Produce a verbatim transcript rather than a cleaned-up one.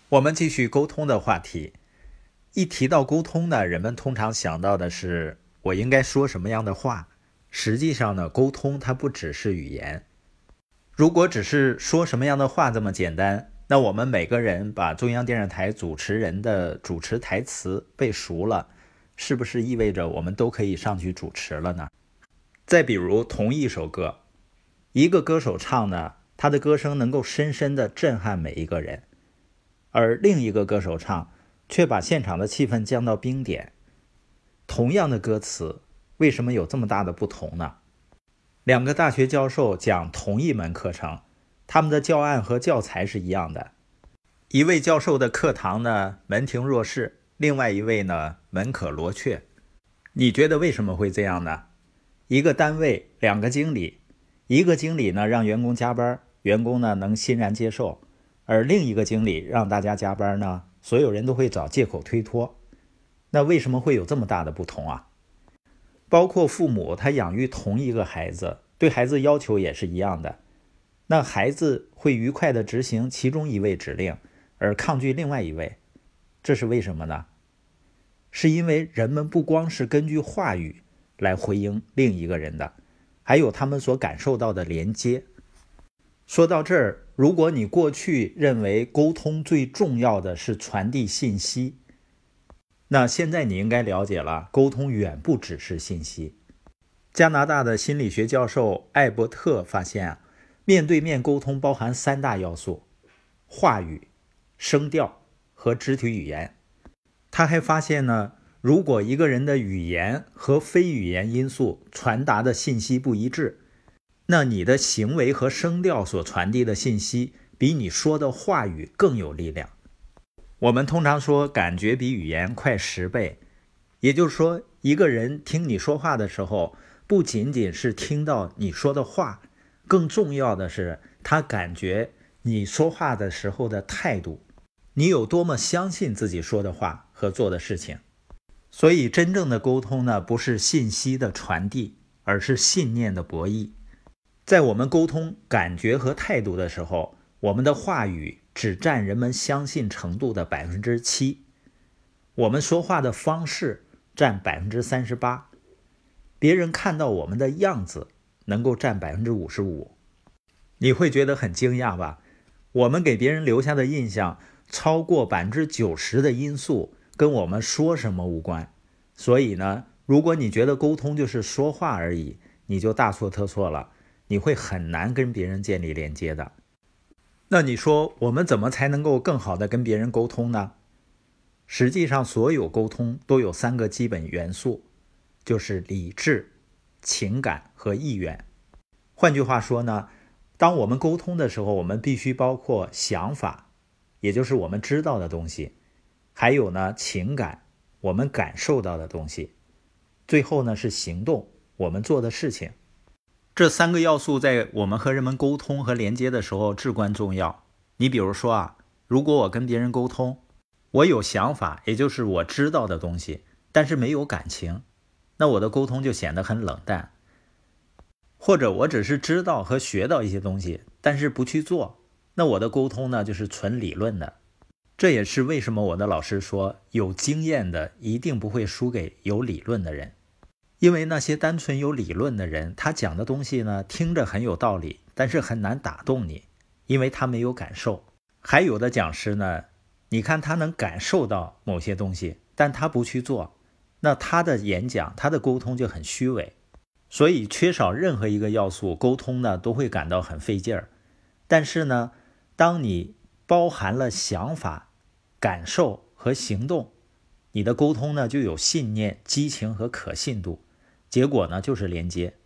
我们继续沟通的话题。一提到沟通呢，人们通常想到的是我应该说什么样的话。实际上呢，沟通它不只是语言。如果只是说什么样的话这么简单，那我们每个人把中央电视台主持人的主持台词背熟了，是不是意味着我们都可以上去主持了呢？再比如同一首歌，一个歌手唱呢，他的歌声能够深深地震撼每一个人，而另一个歌手唱却把现场的气氛降到冰点。同样的歌词，为什么有这么大的不同呢？两个大学教授讲同一门课程，他们的教案和教材是一样的。一位教授的课堂呢门庭若市，另外一位呢门可罗雀。你觉得为什么会这样呢？一个单位两个经理，一个经理呢让员工加班，员工呢能欣然接受，而另一个经理让大家加班呢，所有人都会找借口推脱。那为什么会有这么大的不同啊？包括父母他养育同一个孩子，对孩子要求也是一样的，那孩子会愉快地执行其中一位指令，而抗拒另外一位，这是为什么呢？是因为人们不光是根据话语来回应另一个人的，还有他们所感受到的连接。说到这儿，如果你过去认为沟通最重要的是传递信息，那现在你应该了解了，沟通远不只是信息。加拿大的心理学教授艾伯特发现，面对面沟通包含三大要素：话语、声调和肢体语言。他还发现呢，如果一个人的语言和非语言因素传达的信息不一致，那你的行为和声调所传递的信息比你说的话语更有力量。我们通常说感觉比语言快十倍，也就是说，一个人听你说话的时候，不仅仅是听到你说的话，更重要的是他感觉你说话的时候的态度，你有多么相信自己说的话和做的事情。所以真正的沟通呢，不是信息的传递，而是信念的博弈。在我们沟通感觉和态度的时候，我们的话语只占人们相信程度的 百分之七， 我们说话的方式占 百分之三十八， 别人看到我们的样子能够占 百分之五十五。 你会觉得很惊讶吧？我们给别人留下的印象超过 百分之九十 的因素跟我们说什么无关。所以呢，如果你觉得沟通就是说话而已，你就大错特错了，你会很难跟别人建立连接的。那你说我们怎么才能够更好的跟别人沟通呢？实际上所有沟通都有三个基本元素，就是理智、情感和意愿。换句话说呢，当我们沟通的时候，我们必须包括想法，也就是我们知道的东西，还有呢情感，我们感受到的东西，最后呢是行动，我们做的事情。这三个要素在我们和人们沟通和连接的时候至关重要。你比如说啊，如果我跟别人沟通，我有想法，也就是我知道的东西，但是没有感情，那我的沟通就显得很冷淡。或者我只是知道和学到一些东西，但是不去做，那我的沟通呢就是纯理论的。这也是为什么我的老师说，有经验的一定不会输给有理论的人。因为那些单纯有理论的人，他讲的东西呢听着很有道理，但是很难打动你，因为他没有感受。还有的讲师呢，你看他能感受到某些东西，但他不去做，那他的演讲，他的沟通就很虚伪。所以缺少任何一个要素，沟通呢都会感到很费劲儿。但是呢，当你包含了想法、感受和行动，你的沟通呢就有信念、激情和可信度，结果呢就是连接。